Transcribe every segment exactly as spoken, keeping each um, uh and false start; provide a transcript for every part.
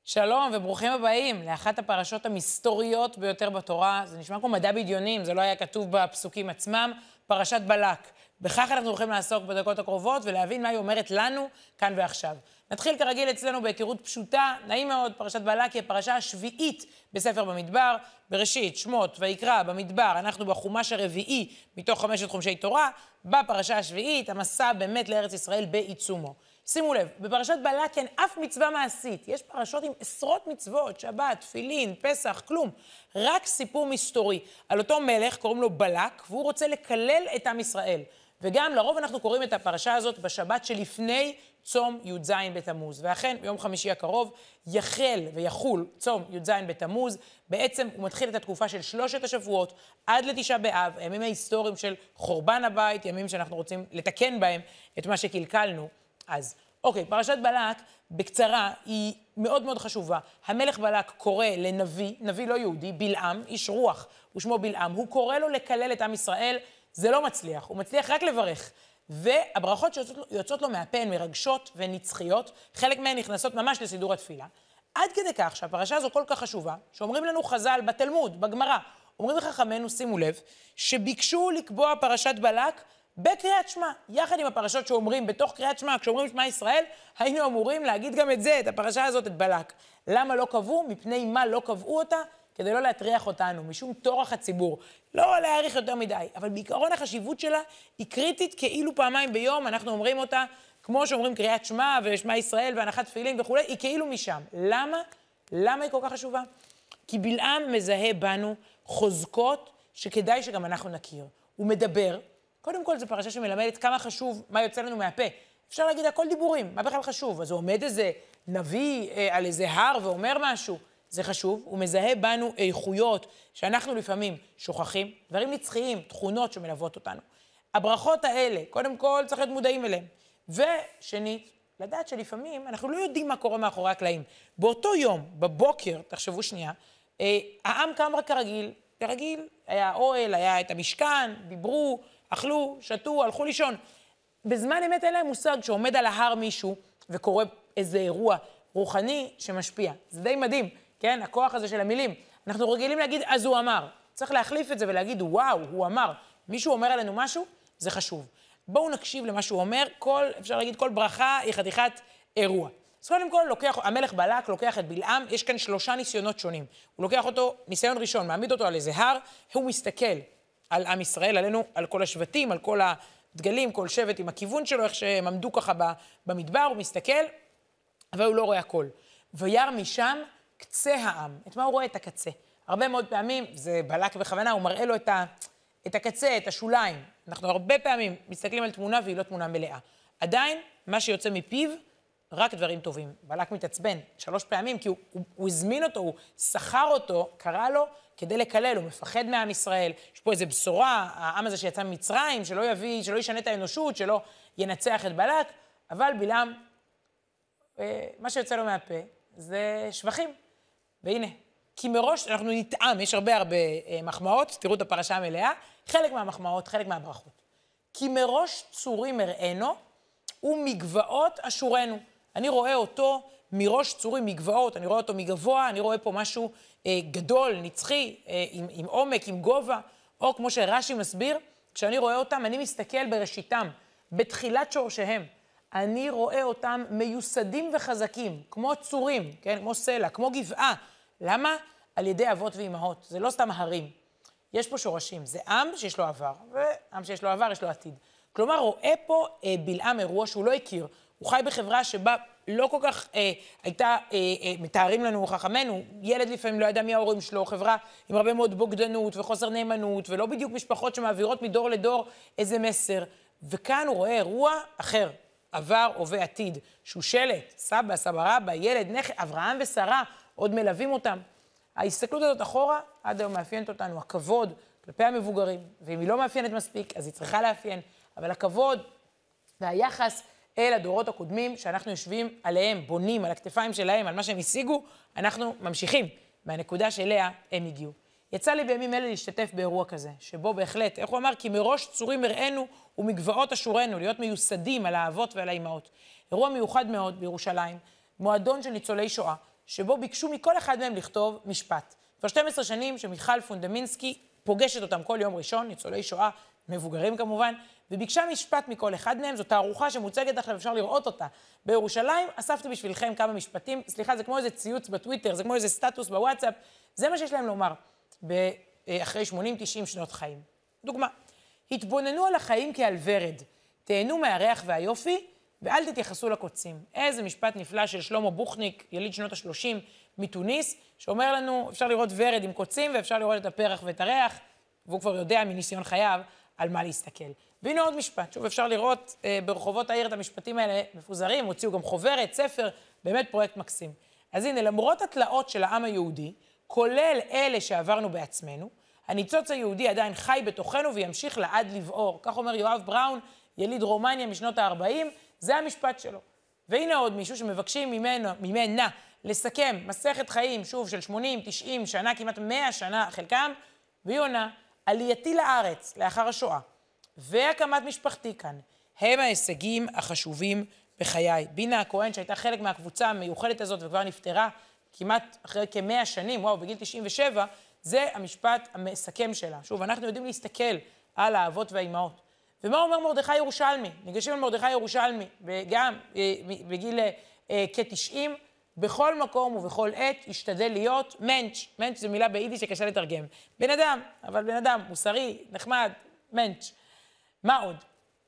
שלום וברוכים הבאים לאחת הפרשות המסתוריות ביותר בתורה. זה נשמע כמו מדע בדיונים, זה לא היה כתוב בפסוקים עצמם, פרשת בלק. בכך אנחנו הולכים לעסוק בדקות הקרובות ולהבין מה היא אומרת לנו כאן ועכשיו. נתחיל כרגיל אצלנו בהיכרות פשוטה, נעים מאוד, פרשת בלק היא הפרשה השביעית בספר במדבר, בראשית, שמות, ויקרא, במדבר, אנחנו בחומש הרביעי מתוך חמשת חומשי תורה, בפרשה השביעית, המסע באמת לארץ ישראל בעיצומו. שימו לב, בפרשת בלק אין אף מצווה מעשית, יש פרשות עם עשרות מצוות, שבת, תפילין, פסח, כלום, רק סיפור מסתורי על אותו מלך, קוראים לו בלק, והוא רוצה לקלל את עם ישראל. וגם לרוב אנחנו קוראים את הפרשה הזאת בשבת שלפני צום י"ז בתמוז. ואכן, ביום חמישי הקרוב יחל ויחול צום י"ז בתמוז. בעצם הוא מתחיל את התקופה של שלושת השבועות עד לתשעה באב, הימים ההיסטוריים של חורבן הבית, ימים שאנחנו רוצים לתקן בהם את מה שקלקלנו. אז, אוקיי, פרשת בלק, בקצרה, היא מאוד מאוד חשובה. המלך בלק קורא לנביא, נביא לא יהודי, בלעם, איש רוח, הוא שמו בלעם, הוא קורא לו לקלל את עם ישראל, זה לא מצליח, הוא מצליח רק לברך. והברכות שיוצאות יוצאות לו מהפה הן מרגשות ונצחיות, חלק מהן נכנסות ממש לסידור התפילה. עד כדי כך שהפרשה הזו כל כך חשובה, שאומרים לנו חז"ל בתלמוד, בגמרא, אומרים לחכמינו, שימו לב, שביקשו לקבוע פרשת בלק בקריאת שמע, יחד עם הפרשות שאומרים בתוך קריאת שמע, כשאומרים שמע ישראל, היינו אמורים להגיד גם את זה, את הפרשה הזאת, את בלק. למה לא קבעו? מפני מה לא קבעו אותה? כדי לא להטריח אותנו, משום תורח הציבור. לא להעריך יותר מדי, אבל בעיקרון החשיבות שלה היא קריטית, כאילו פעמיים ביום אנחנו אומרים אותה, כמו שאומרים קריאת שמע ושמע ישראל והנחת תפילין וכו', היא כאילו משם. למה? למה היא כל כך חשובה? כי בלעם מזהה בנו חוזקות שכדאי שגם אנחנו נכיר. הוא מדבר, קודם כל זו פרשה שמלמדת כמה חשוב מה יוצא לנו מהפה. אפשר להגיד הכל דיבורים, מה בכלל חשוב? אז הוא עומד איזה נביא אה, על איזה הר ואומר משהו. זה חשוב, הוא מזהה בנו איכויות שאנחנו לפעמים שוכחים, דברים נצחיים, תכונות שמלוות אותנו. הברכות האלה, קודם כל צריך להיות מודעים אליהם. ושנית, לדעת שלפעמים אנחנו לא יודעים מה קורה מאחורי הקלעים. באותו יום, בבוקר, תחשבו שנייה, אה, העם קם רק כרגיל, כרגיל, היה אוהל, היה את המשכן, דיברו, אכלו, שתו, הלכו לישון. בזמן אמת אין להם מושג שעומד על ההר מישהו וקורה איזה אירוע רוחני שמשפיע. זה די מדהים, כן? הכוח הזה של המילים. אנחנו רגילים להגיד, אז הוא אמר. צריך להחליף את זה ולהגיד, וואו, הוא אמר. מישהו אומר עלינו משהו, זה חשוב. בואו נקשיב למה שהוא אומר. כל, אפשר להגיד, כל ברכה היא חתיכת אירוע. אז קודם כל, לוקח, המלך בלק לוקח את בלעם, יש כאן שלושה ניסיונות שונים. הוא לוקח אותו, ניסיון ראשון, מעמיד אותו על איזה הר, הוא מסתכל על עם ישראל, עלינו, על כל השבטים, על כל הדגלים, כל שבט עם הכיוון שלו, איך שהם עמדו ככה במדבר, הוא מסתכל, אבל הוא לא רואה הכל. וירא משם קצה העם. את מה הוא רואה? את הקצה. הרבה מאוד פעמים, זה בלק בכוונה, הוא מראה לו את, ה, את הקצה, את השוליים. אנחנו הרבה פעמים מסתכלים על תמונה והיא לא תמונה מלאה. עדיין, מה שיוצא מפיו, רק דברים טובים. בלק מתעצבן שלוש פעמים, כי הוא, הוא, הוא הזמין אותו, הוא שכר אותו, קרא לו כדי לקלל, הוא מפחד מעם ישראל. יש פה איזו בשורה, העם הזה שיצא ממצרים, שלא יביא, שלא ישנה את האנושות, שלא ינצח את בלק, אבל בלעם, מה שיוצא לו מהפה זה שבחים. והנה, כי מראש אנחנו נטעם, יש הרבה הרבה מחמאות, תראו את הפרשה המלאה, חלק מהמחמאות, חלק מהברכות. כי מראש צורים מראינו ומגבעות אשורנו. אני רואה אותו מראש צורים מגבעות, אני רואה אותו מגבוה, אני רואה פה משהו אה, גדול, נצחי, אה, עם, עם עומק, עם גובה, או כמו שרש"י מסביר, כשאני רואה אותם, אני מסתכל בראשיתם, בתחילת שורשיהם. אני רואה אותם מיוסדים וחזקים, כמו צורים, כן? כמו סלע, כמו גבעה. למה? על ידי אבות ואימהות. זה לא סתם הרים. יש פה שורשים. זה עם שיש לו עבר, ועם שיש לו עבר יש לו עתיד. כלומר, רואה פה אה, בלעם אירוע שהוא לא הכיר. הוא חי בחברה שבה לא כל כך אה, הייתה, אה, אה, מתארים לנו חכמינו, ילד לפעמים לא ידע מי ההורים שלו, חברה עם הרבה מאוד בוגדנות וחוסר נאמנות, ולא בדיוק משפחות שמעבירות מדור לדור איזה מסר. וכאן הוא רואה אירוע אחר. עבר, הווה, עתיד, שהוא שלט, סבא, סבא רבא, ילד, נכד, אברהם ושרה, עוד מלווים אותם. ההסתכלות הזאת אחורה, עד היום מאפיינת אותנו, הכבוד כלפי המבוגרים, ואם היא לא מאפיינת מספיק, אז היא צריכה לאפיין, אבל הכבוד והיחס אל הדורות הקודמים, שאנחנו יושבים עליהם, בונים על הכתפיים שלהם, על מה שהם השיגו, אנחנו ממשיכים מהנקודה שאליה הם הגיעו. יצא לי בימים אלה להשתתף באירוע כזה, שבו בהחלט, איך הוא אמר? כי מראש צורים מראינו ומגבעות אשורנו, להיות מיוסדים על האבות ועל האימהות. אירוע מיוחד מאוד בירושלים, מועדון של ניצולי שואה, שבו ביקשו מכל אחד מהם לכתוב משפט. כבר שתים עשרה שנים שמיכל פונדמינסקי פוגשת אותם כל יום ראשון, ניצולי שואה, מבוגרים כמובן, וביקשה משפט מכל אחד מהם. זאת תערוכה שמוצגת עכשיו, אפשר לראות אותה בירושלים. אספתי בשבילכם כמה משפטים, סליחה, זה כמו איזה ציוץ בטוויטר, זה כמו איזה סטטוס בוואטסאפ, זה מה שיש להם לומר אחרי שמונים תשעים שנות חיים. דוגמה, התבוננו על החיים כעל ורד, תהנו מהריח והיופי, ואל תתייחסו לקוצים. איזה משפט נפלא של שלמה בוכניק, יליד שנות ה-שלושים מתוניס, שאומר לנו, אפשר לראות ורד עם קוצים, ואפשר לראות את הפרח ואת הריח, והוא כבר יודע מניסיון חייו על מה להסתכל. והנה עוד משפט, שוב אפשר לראות אה, ברחובות העיר את המשפטים האלה מפוזרים, הוציאו גם חוברת, ספר, באמת פרויקט מקסים. אז הנה, למרות התלאות של העם היהודי, כולל אלה שעברנו בעצמנו, הניצוץ היהודי עדיין חי בתוכנו וימשיך לעד לבעור. כך אומר יואב בראון, יליד רומניה משנות ה-ארבעים, זה המשפט שלו. והנה עוד מישהו שמבקשים ממנו, ממנה לסכם מסכת חיים, שוב, של שמונים, תשעים שנה, כמעט מאה שנה חלקם, והיא עונה, עלייתי לארץ לאחר השואה, והקמת משפחתי כאן, הם ההישגים החשובים בחיי. בינה הכהן, שהייתה חלק מהקבוצה המיוחדת הזאת וכבר נפטרה כמעט אחרי כמאה שנים, וואו, בגיל תשעים ושבע, זה המשפט המסכם שלה. שוב, אנחנו יודעים להסתכל על האבות והאימהות. ומה אומר מרדכי ירושלמי? ניגשים על מרדכי ירושלמי, וגם בגיל כ-תשעים, בכל מקום ובכל עת ישתדל להיות מנץ'. מנץ' זו מילה ביידיש שקשה לתרגם. בן אדם, אבל בן אדם, מוסרי, נחמד, מנץ'. מה עוד?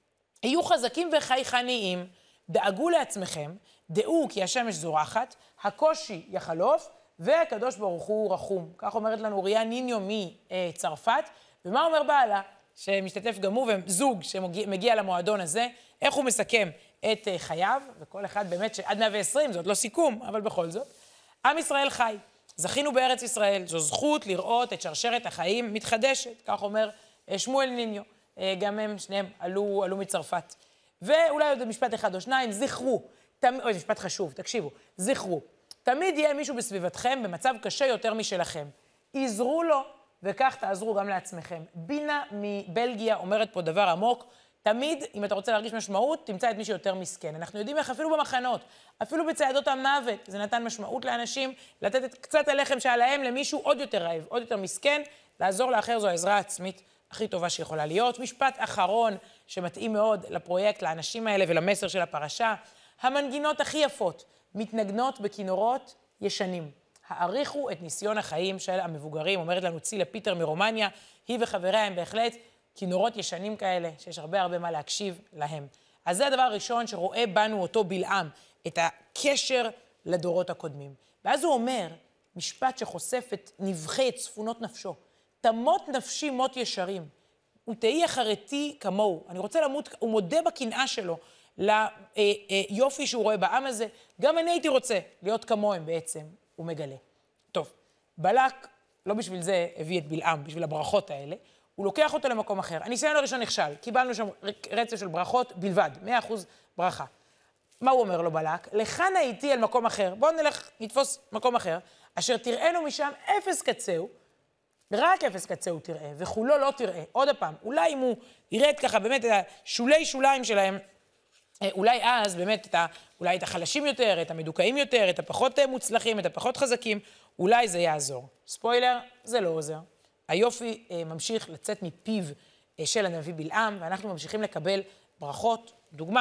היו חזקים וחייכניים, דאגו לעצמכם, דעו כי השמש זורחת, הקושי יחלוף, והקדוש ברוך הוא רחום. כך אומרת לנו אוריה ניניו מצרפת. ומה אומר בעלה? שמשתתף גם הוא וזוג שמגיע למועדון הזה, איך הוא מסכם את חייו, וכל אחד באמת שעד מאה ועשרים, זה עוד לא סיכום, אבל בכל זאת. עם ישראל חי, זכינו בארץ ישראל, זו זכות לראות את שרשרת החיים מתחדשת, כך אומר שמואל ניניו, גם הם שניהם עלו, עלו מצרפת. ואולי עוד משפט אחד או שניים, זכרו, תמ... אוי, משפט חשוב, תקשיבו, זכרו, תמיד יהיה מישהו בסביבתכם במצב קשה יותר משלכם. עזרו לו, וכך תעזרו גם לעצמכם. בינה מבלגיה אומרת פה דבר עמוק, תמיד, אם אתה רוצה להרגיש משמעות, תמצא את מי שיותר מסכן. אנחנו יודעים איך אפילו במחנות, אפילו בצעדות המוות, זה נתן משמעות לאנשים, לתת את קצת הלחם שעליהם למישהו עוד יותר רעב, עוד יותר מסכן, לעזור לאחר זו העזרה העצמית הכי טובה שיכולה להיות. משפט אחרון שמתאים מאוד לפרויקט, לאנשים האלה ולמסר של הפרשה, המנגינות הכי יפות מתנגנות בכינורות ישנים. העריכו את ניסיון החיים של המבוגרים, אומרת לנו צילה פיטר מרומניה, היא וחבריה הם בהחלט כינורות ישנים כאלה, שיש הרבה הרבה מה להקשיב להם. אז זה הדבר הראשון שרואה בנו אותו בלעם, את הקשר לדורות הקודמים. ואז הוא אומר, משפט שחושף את נבחי, את צפונות נפשו, תמות נפשי מות ישרים, ותהי אחריתי כמוהו. אני רוצה למות, הוא מודה בקנאה שלו, ליופי שהוא רואה בעם הזה, גם אני הייתי רוצה להיות כמוהם בעצם, הוא מגלה. טוב, בלק, לא בשביל זה הביא את בלעם, בשביל הברכות האלה, הוא לוקח אותו למקום אחר. הניסיון הראשון נכשל, קיבלנו שם רצף של ברכות בלבד, מאה אחוז ברכה. מה הוא אומר לו בלק? לכאן הייתי אל מקום אחר, בואו נלך, נתפוס מקום אחר, אשר תראינו משם אפס קצהו, רק אפס קצהו תראה, וכולו לא תראה. עוד הפעם, אולי אם הוא ירד ככה באמת את השולי שוליים שלהם, אולי אז באמת את ה, אולי את החלשים יותר, את המדוכאים יותר, את הפחות מוצלחים, את הפחות חזקים, אולי זה יעזור. ספוילר, זה לא עוזר. היופי אה, ממשיך לצאת מפיו אה, של הנביא בלעם, ואנחנו ממשיכים לקבל ברכות. דוגמה,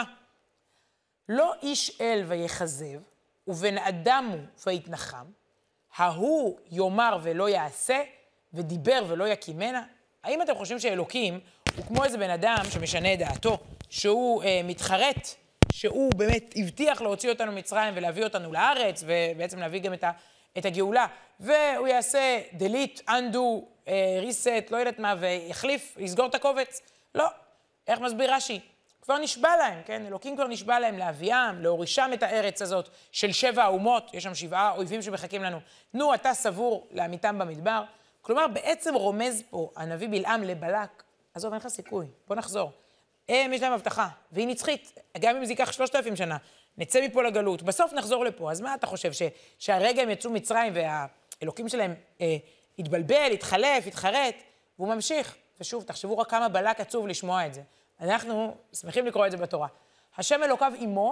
לא איש אל ויחזב, ובן אדם הוא ויתנחם, ההוא יאמר ולא יעשה, ודיבר ולא יקימנה. האם אתם חושבים שאלוקים הוא כמו איזה בן אדם שמשנה את דעתו, שהוא אה, מתחרט, שהוא באמת הבטיח להוציא אותנו מצרים ולהביא אותנו לארץ, ובעצם להביא גם את, ה, את הגאולה, והוא יעשה delete, undo, אה, reset, לא יודעת מה, ויחליף, יסגור את הקובץ? לא. איך מסביר רש"י? כבר נשבע להם, כן? אלוקים כבר נשבע להם להביאם, להורישם את הארץ הזאת של שבע האומות, יש שם שבעה אויבים שמחכים לנו. נו, אתה סבור לעמיתם במדבר. כלומר, בעצם רומז פה הנביא בלעם לבלק, עזוב, אין לך סיכוי, בוא נחזור. הם, יש להם הבטחה, והיא נצחית, גם אם זה ייקח שלושת אלפים שנה, נצא מפה לגלות, בסוף נחזור לפה. אז מה אתה חושב, ש, שהרגע הם יצאו מצרים והאלוקים שלהם אה, התבלבל, התחלף, התחרט, והוא ממשיך. ושוב, תחשבו רק כמה בלק עצוב לשמוע את זה. אנחנו שמחים לקרוא את זה בתורה. השם אלוקיו עמו,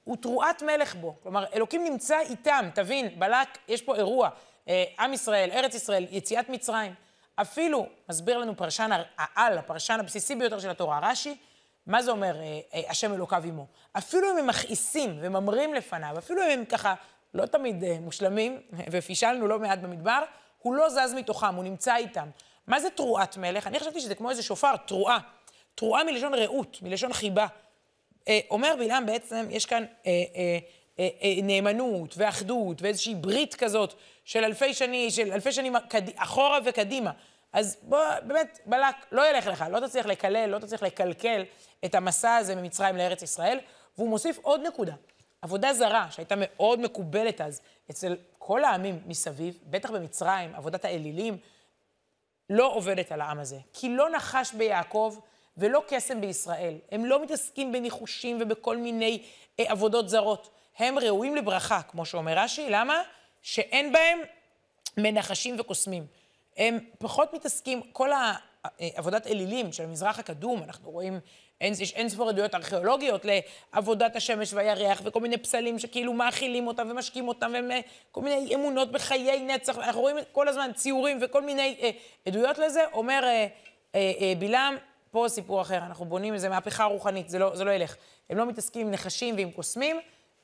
הוא תרועת מלך בו. כלומר, אלוקים נמצא איתם, תבין, בלק, יש פה אירוע, אה, עם ישראל, ארץ ישראל, יציאת מצרים. אפילו, מסביר לנו פרשן העל, הפרשן הבסיסי ביותר של התורה, רש"י, מה זה אומר אה, אה, השם אלוקיו עמו? אפילו אם הם מכעיסים וממרים לפניו, אפילו אם הם ככה לא תמיד אה, מושלמים, ופישלנו לא מעט במדבר, הוא לא זז מתוכם, הוא נמצא איתם. מה זה תרועת מלך? אני חשבתי שזה כמו איזה שופר, תרועה. תרועה מלשון רעות, מלשון חיבה. אה, אומר בלעם בעצם, יש כאן אה, אה, אה, אה, נאמנות ואחדות ואיזושהי ברית כזאת של אלפי שנים, של אלפי שנים קד... אחורה וקדימה. אז בוא, באמת, בלק, לא ילך לך, לא תצליח לקלל, לא תצליח לקלקל את המסע הזה ממצרים לארץ ישראל. והוא מוסיף עוד נקודה. עבודה זרה, שהייתה מאוד מקובלת אז אצל כל העמים מסביב, בטח במצרים, עבודת האלילים, לא עובדת על העם הזה. כי לא נחש ביעקב ולא קסם בישראל. הם לא מתעסקים בניחושים ובכל מיני אה, עבודות זרות. הם ראויים לברכה, כמו שאומר רש"י. למה? שאין בהם מנחשים וקוסמים. הם פחות מתעסקים, כל העבודת אלילים של המזרח הקדום, אנחנו רואים, אין, יש אין ספור עדויות ארכיאולוגיות לעבודת השמש והירח, וכל מיני פסלים שכאילו מאכילים אותם ומשקים אותם, וכל מיני אמונות בחיי נצח, אנחנו רואים כל הזמן ציורים וכל מיני אה, עדויות לזה. אומר אה, אה, אה, בלעם, פה סיפור אחר, אנחנו בונים איזו מהפכה רוחנית, זה לא, זה לא ילך. הם לא מתעסקים עם נחשים ועם קוסמים,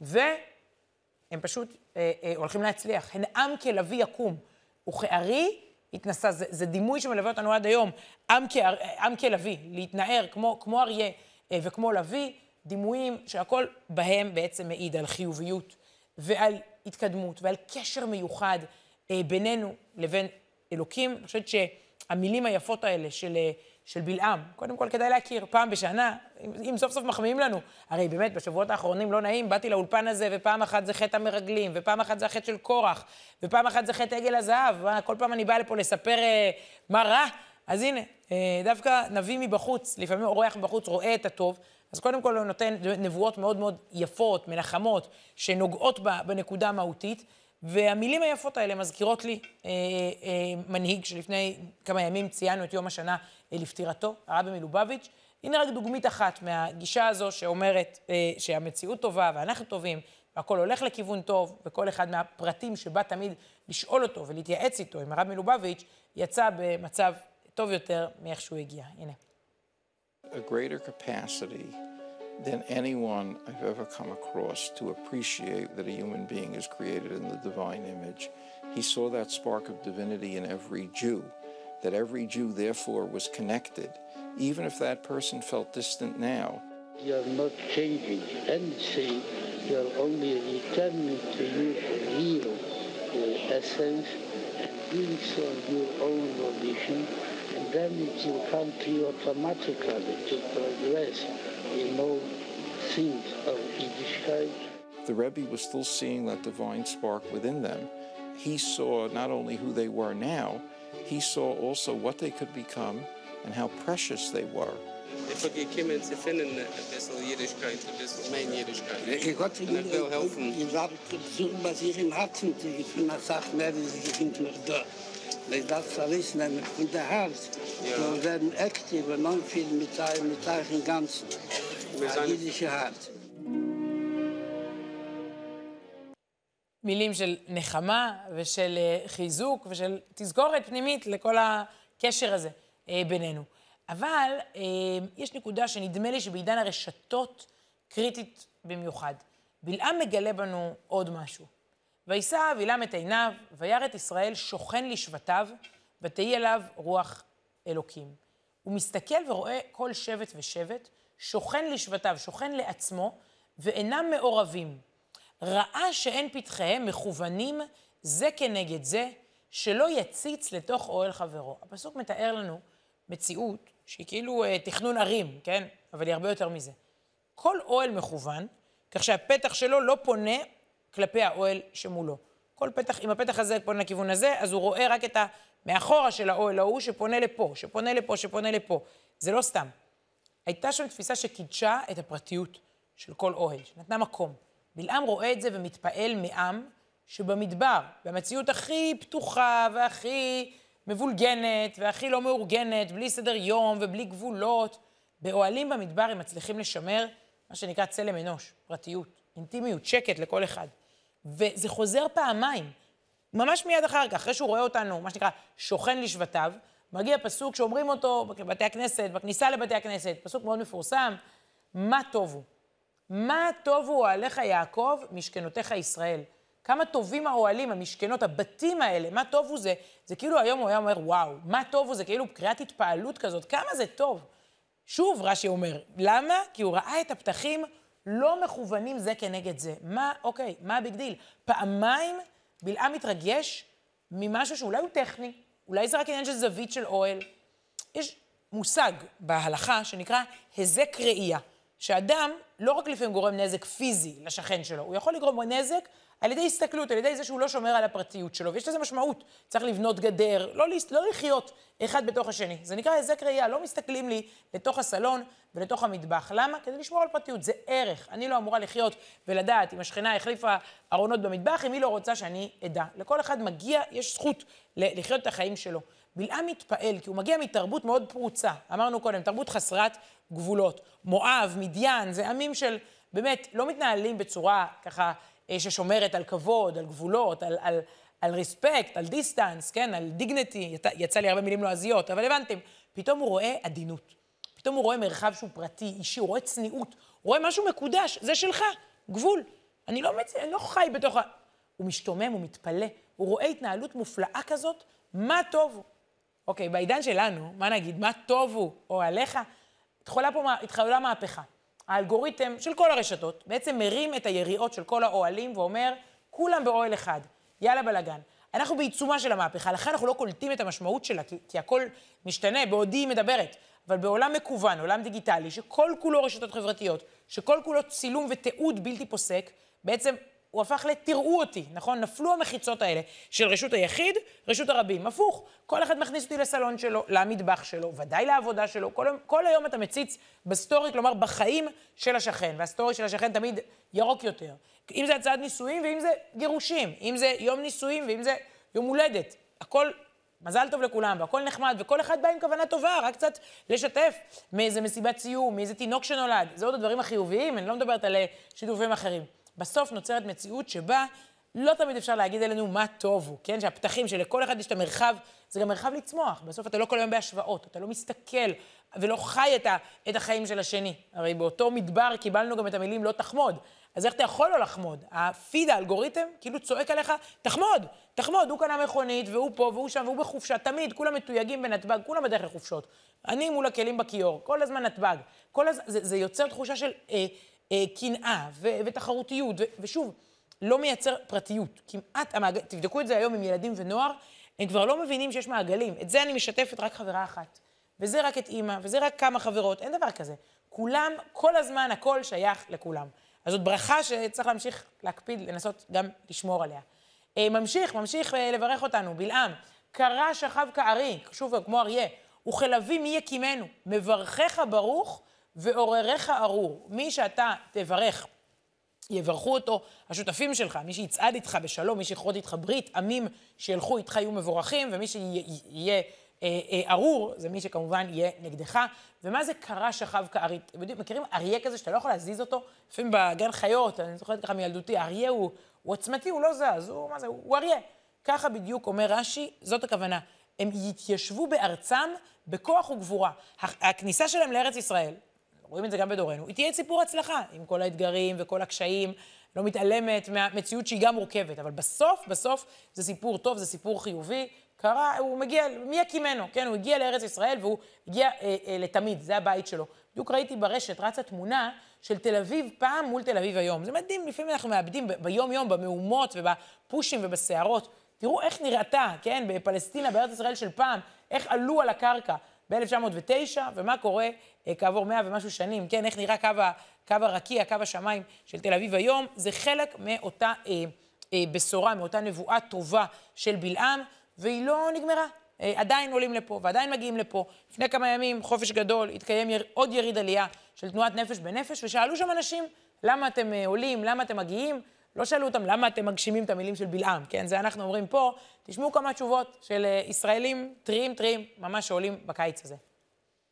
והם פשוט אה, אה, הולכים להצליח. הן עם כלביא יקום, וכארי התנסה, זה, זה דימוי שמלווה אותנו עד היום, עם, כאר, עם כלביא, להתנער כמו, כמו אריה אה, וכמו לוי, דימויים שהכל בהם בעצם מעיד על חיוביות ועל התקדמות ועל קשר מיוחד אה, בינינו לבין אלוקים. אני חושבת שהמילים היפות האלה של, של בלעם, קודם כל כדאי להכיר פעם בשנה, אם סוף סוף מחמיאים לנו. הרי באמת בשבועות האחרונים לא נעים, באתי לאולפן הזה ופעם אחת זה חטא המרגלים, ופעם אחת זה החטא של קורח, ופעם אחת זה חטא עגל הזהב, כל פעם אני באה לפה לספר אה, מה רע. אז הנה, אה, דווקא נביא מבחוץ, לפעמים אורח מבחוץ רואה את הטוב, אז קודם כל הוא נותן נבואות מאוד מאוד יפות, מנחמות, שנוגעות בנקודה המהותית, והמילים היפות האלה מזכירות לי אה, אה, מנהיג שלפני כמה ימים ציינו את יום השנה אה, לפטירתו, הרבי מלובביץ'. הנה רק דוגמית אחת מהגישה הזו שאומרת אה, שהמציאות טובה ואנחנו טובים, והכל הולך לכיוון טוב, וכל אחד מהפרטים שבא תמיד לשאול אותו ולהתייעץ איתו עם הרבי מלובביץ' יצא במצב טוב יותר מאיך שהוא הגיע. הנה. A greater capacity than anyone I've ever come across to appreciate that a human being is created in the divine image. He saw that spark of divinity in every Jew, that every Jew therefore was connected, even if that person felt distant now. You are not changing anything, you are only returning to your real uh, essence and doing so on your own volition, and then it will come to you automatically to progress in all things of Yiddishkeit. The Rebbe was still seeing that divine spark within them. He saw not only who they were now, he saw also what they could become and how precious they were. Ich habe gekommen zu finden, ein bisschen Jüdischkeit, ein bisschen mein Jüdischkeit. Ich wollte Und ich will helfen. Ich sage, was ich im Herzen ich bin eine Sache mehr, wie sie sind noch da. Weil das verrissen nämlich von der Herz. Wir werden aktiv und noch viel mit euch Ganzen. Das jüdische Herz. מילים של נחמה ושל חיזוק ושל תזכורת פנימית לכל הקשר הזה בינינו. אבל יש נקודה שנדמה לי שבעידן הרשתות קריטית במיוחד. בלעם מגלה בנו עוד משהו. וישא בלעם את עיניו, וירא את ישראל שוכן לשבטיו, ותהי אליו רוח אלוקים. הוא מסתכל ורואה כל שבט ושבט, שוכן לשבטיו, שוכן לעצמו, ואינם מעורבים. ראה שאין פתחיהם מכוונים זה כנגד זה, שלא יציץ לתוך אוהל חברו. הפסוק מתאר לנו מציאות שהיא כאילו אה, תכנון ערים, כן? אבל היא הרבה יותר מזה. כל אוהל מכוון, כך שהפתח שלו לא פונה כלפי האוהל שמולו. כל פתח, אם הפתח הזה פונה לכיוון הזה, אז הוא רואה רק את המאחורה של האוהל ההוא שפונה לפה, שפונה לפה, שפונה לפה. זה לא סתם. הייתה שם תפיסה שקידשה את הפרטיות של כל אוהל, שנתנה מקום. בלעם רואה את זה ומתפעל מעם שבמדבר, במציאות הכי פתוחה והכי מבולגנת והכי לא מאורגנת, בלי סדר יום ובלי גבולות, באוהלים במדבר הם מצליחים לשמר מה שנקרא צלם אנוש, פרטיות. אינטימיות, שקט לכל אחד. וזה חוזר פעמיים. ממש מיד אחר כך, אחרי שהוא רואה אותנו, מה שנקרא, שוכן לשבטיו, מגיע פסוק שאומרים אותו בבתי הכנסת, בכניסה לבתי הכנסת, פסוק מאוד מפורסם, מה טובו? מה טובו אוהליך יעקב, משכנותיך ישראל? כמה טובים האוהלים, המשכנות, הבתים האלה, מה טובו זה? זה כאילו היום הוא היה אומר, וואו, מה טובו זה כאילו קריאת התפעלות כזאת, כמה זה טוב? שוב רש"י אומר, למה? כי הוא ראה את הפתחים לא מכוונים זה כנגד זה. מה, אוקיי, מה הביג דיל? פעמיים בלעם מתרגש ממשהו שאולי הוא טכני, אולי זה רק עניין של זווית של אוהל. יש מושג בהלכה שנקרא הזק ראייה, שאדם לא רק לפעמים גורם נזק פיזי לשכן שלו, הוא יכול לגרום נזק על ידי הסתכלות, על ידי זה שהוא לא שומר על הפרטיות שלו, ויש לזה משמעות. צריך לבנות גדר, לא, לא לחיות אחד בתוך השני. זה נקרא הזק ראייה, לא מסתכלים לי לתוך הסלון ולתוך המטבח. למה? כדי לשמור על פרטיות, זה ערך. אני לא אמורה לחיות ולדעת אם השכנה החליפה ארונות במטבח, אם היא לא רוצה שאני אדע. לכל אחד מגיע, יש זכות לחיות את החיים שלו. בלעם מתפעל, כי הוא מגיע מתרבות מאוד פרוצה. אמרנו קודם, תרבות חסרת גבולות. מואב, מדיין, זה עמים של, באמת, לא מתנהלים בצורה ככה, ששומרת על כבוד, על גבולות, על, על, על ריספקט, על דיסטנס, כן, על דיגניטי, יצא לי הרבה מילים לועזיות, אבל הבנתם, פתאום הוא רואה עדינות, פתאום הוא רואה מרחב שהוא פרטי, אישי, הוא רואה צניעות, הוא רואה משהו מקודש, זה שלך, גבול. אני לא, מצ... אני לא חי בתוך ה... הוא משתומם, הוא מתפלא, הוא רואה התנהלות מופלאה כזאת, מה טוב הוא? אוקיי, בעידן שלנו, מה נגיד, מה טוב הוא, או עליך, התחולה פה, התחולה מהפכה. האלגוריתם של כל הרשתות בעצם מרים את היריעות של כל האוהלים ואומר, כולם באוהל אחד, יאללה בלגן. אנחנו בעיצומה של המהפכה, לכן אנחנו לא קולטים את המשמעות שלה, כי, כי הכל משתנה, בעודי היא מדברת. אבל בעולם מקוון, עולם דיגיטלי, שכל כולו רשתות חברתיות, שכל כולו צילום ותיעוד בלתי פוסק, בעצם הוא הפך לתראו אותי, נכון? נפלו המחיצות האלה של רשות היחיד, רשות הרבים. הפוך, כל אחד מכניס אותי לסלון שלו, למטבח שלו, ודאי לעבודה שלו. כל, כל היום אתה מציץ בסטורי, כלומר בחיים של השכן, והסטורי של השכן תמיד ירוק יותר. אם זה הצעת נישואים ואם זה גירושים, אם זה יום נישואים ואם זה יום הולדת. הכל מזל טוב לכולם, והכל נחמד, וכל אחד בא עם כוונה טובה, רק קצת לשתף מאיזה מסיבת סיום, מאיזה תינוק שנולד. זה עוד הדברים החיוביים, אני לא מדברת על שיתופים אחרים. בסוף נוצרת מציאות שבה לא תמיד אפשר להגיד אלינו מה טוב הוא, כן? שהפתחים שלכל אחד יש את המרחב, זה גם מרחב לצמוח. בסוף אתה לא כל היום בהשוואות, אתה לא מסתכל ולא חי את, ה, את החיים של השני. הרי באותו מדבר קיבלנו גם את המילים לא תחמוד. אז איך אתה יכול לא לחמוד? הפיד, האלגוריתם, כאילו צועק עליך, תחמוד, תחמוד, הוא קנה מכונית, והוא פה, והוא שם, והוא בחופשה, תמיד, כולם מתויגים בנתב"ג, כולם בדרך לחופשות. אני מול הכלים בכיור, כל הזמן נתב"ג. כל הז... זה, זה יוצר תחושה של אה, אה, קנאה ו- ותחרותיות, ו- ושוב, לא מייצר פרטיות. כמעט, המעג... תבדקו את זה היום עם ילדים ונוער, הם כבר לא מבינים שיש מעגלים. את זה אני משתפת רק חברה אחת. וזה רק את אימא, וזה רק כמה חברות, אין דבר כזה. כולם, כל הזמן, הכל שייך לכולם. אז זאת ברכה שצריך להמשיך להקפיד, לנסות גם לשמור עליה. ממשיך, ממשיך לברך אותנו, בלעם. קרא שכב כארי, שוב, כמו אריה, וכלבי מי יקימנו, מברכך ברוך ועוררך ארור. מי שאתה תברך, יברכו אותו השותפים שלך, מי שיצעד איתך בשלום, מי שיכרות איתך ברית, עמים שילכו איתך יהיו מבורכים, ומי שיהיה ארור, זה מי שכמובן יהיה נגדך. ומה זה קרא שכב כארי? מכירים אריה כזה שאתה לא יכול להזיז אותו? לפעמים בגן חיות, אני זוכרת ככה מילדותי, האריה הוא, הוא עצמתי, הוא לא זז, הוא, מה זה, הוא אריה. ככה בדיוק אומר רש"י, זאת הכוונה. הם יתיישבו בארצם בכוח וגבורה. הכניסה שלהם לארץ ישראל, רואים את זה גם בדורנו, היא תהיה סיפור הצלחה, עם כל האתגרים וכל הקשיים, לא מתעלמת מהמציאות שהיא גם מורכבת, אבל בסוף, בסוף זה סיפור טוב, זה סיפור חיובי. קרה, הוא מגיע, מי יקימנו, כן? הוא הגיע לארץ ישראל והוא הגיע אה, אה, לתמיד, זה הבית שלו. בדיוק ראיתי ברשת, רצה תמונה של תל אביב פעם מול תל אביב היום. זה מדהים, לפעמים אנחנו מאבדים ביום-יום, במהומות ובפושים ובסערות. תראו איך נראתה, כן? בפלסטינה, בארץ ישראל של פעם, איך עלו על הקרקע ב-אלף תשע מאות ותשע, ומה קורה אה, כעבור מאה ומשהו שנים, כן? איך נראה קו, קו הרקיע, קו השמיים של תל אביב היום. זה חלק מאותה אה, אה, בשורה, מאותה נבואה טובה של בלעם, והיא לא נגמרה. עדיין עולים לפה, ועדיין מגיעים לפה. לפני כמה ימים, חופש גדול, התקיים יר... עוד יריד עלייה של תנועת נפש בנפש, ושאלו שם אנשים, למה אתם עולים, למה אתם מגיעים? לא שאלו אותם, למה אתם מגשימים את המילים של בלעם, כן? זה אנחנו אומרים פה. תשמעו כמה תשובות של ישראלים טריים טריים, ממש שעולים בקיץ הזה.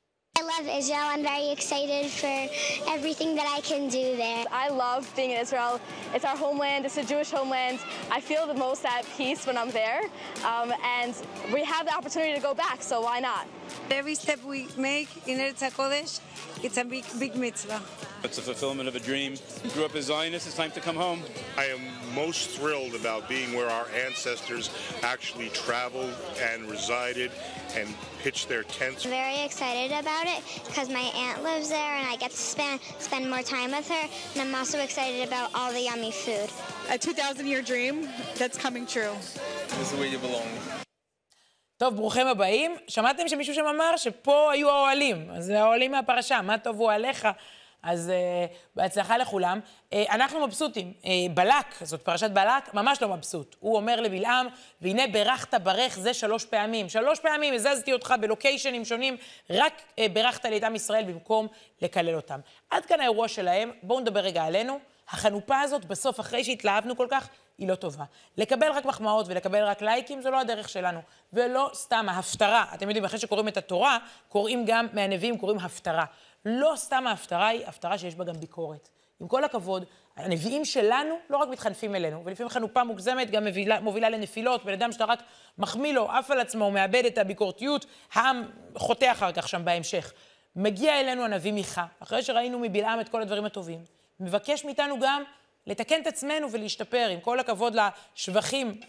love Israel. I'm very excited for everything that I can do there. I love being in Israel. It's our homeland. It's a Jewish homeland. I feel the most at peace when I'm there. Um, and we have the opportunity to go back, so why not? Every step we make in Eretz HaKodesh, it's a big, big mitzvah. It's a fulfillment of a dream. Grew up as Zionist, it's time to come home. I am most thrilled about being where our ancestors actually traveled and resided and pitched their tents. I'm very excited about it because my aunt lives there and I get to spend, spend more time with her. And I'm also excited about all the yummy food. A two thousand year dream that's coming true. This is where you belong. טוב, ברוכים הבאים. שמעתם שמישהו שם אמר שפה היו האוהלים. אז זה האוהלים מהפרשה, מה טובו עליך? אז uh, בהצלחה לכולם. Uh, אנחנו מבסוטים. Uh, בלק, זאת פרשת בלק, ממש לא מבסוט. הוא אומר לבלעם, והנה ברכת ברך זה שלוש פעמים. שלוש פעמים הזזתי אותך בלוקיישנים שונים, רק uh, ברכת לי את עם ישראל במקום לקלל אותם. עד כאן האירוע שלהם, בואו נדבר רגע עלינו. החנופה הזאת, בסוף, אחרי שהתלהבנו כל כך, היא לא טובה. לקבל רק מחמאות ולקבל רק לייקים, זה לא הדרך שלנו. ולא סתם ההפטרה. אתם יודעים, אחרי שקוראים את התורה, קוראים גם מהנביאים, קוראים הפטרה. לא סתם ההפטרה היא הפטרה שיש בה גם ביקורת. עם כל הכבוד, הנביאים שלנו לא רק מתחנפים אלינו, ולפעמים חנופה מוגזמת גם מובילה, מובילה לנפילות, בן אדם שאתה רק מחמיא לו, אף על עצמו, הוא מאבד את הביקורתיות, העם חוטא אחר כך שם בהמשך. מגיע אלינו הנביא מיכה, אחרי שראינו מבלעם את כל הדברים הטובים, מבקש מאיתנו גם לתקן את עצמנו ולהשתפר, עם כל הכבוד לשבחים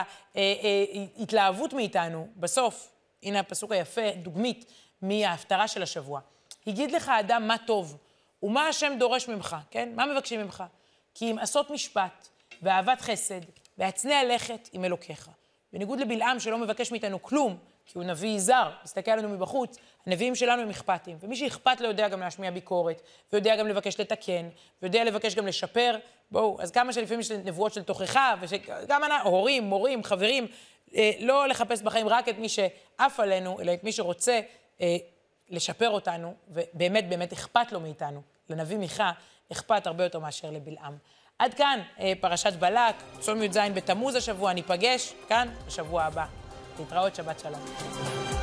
ולהתלהבות מאיתנו. בסוף, הנה הפסוק היפה, דוגמית מההפטרה של השבוע. הגיד לך האדם מה טוב, ומה השם דורש ממך, כן? מה מבקשים ממך? כי אם עשות משפט, ואהבת חסד, והצנע לכת עם אלוקיך. בניגוד לבלעם שלא מבקש מאיתנו כלום, כי הוא נביא זר, מסתכל עלינו מבחוץ, הנביאים שלנו הם אכפתים. ומי שאכפת לו יודע גם להשמיע ביקורת, ויודע גם לבקש לתקן, ויודע לבקש גם לשפר. בואו, אז כמה שלפעמים יש נבואות של תוכחה, וגם הורים, מורים, חברים, אה, לא לחפש בחיים רק את מי שאף עלינו, אלא את מי שרוצה אה, לשפר אותנו, ובאמת באמת אכפת לו מאיתנו. לנביא מיכה אכפת הרבה יותר מאשר לבלעם. עד כאן אה, פרשת בלק, צום י"ז בתמוז השבוע, ניפגש כאן בשבוע הבא. להתראות, שבת שלום.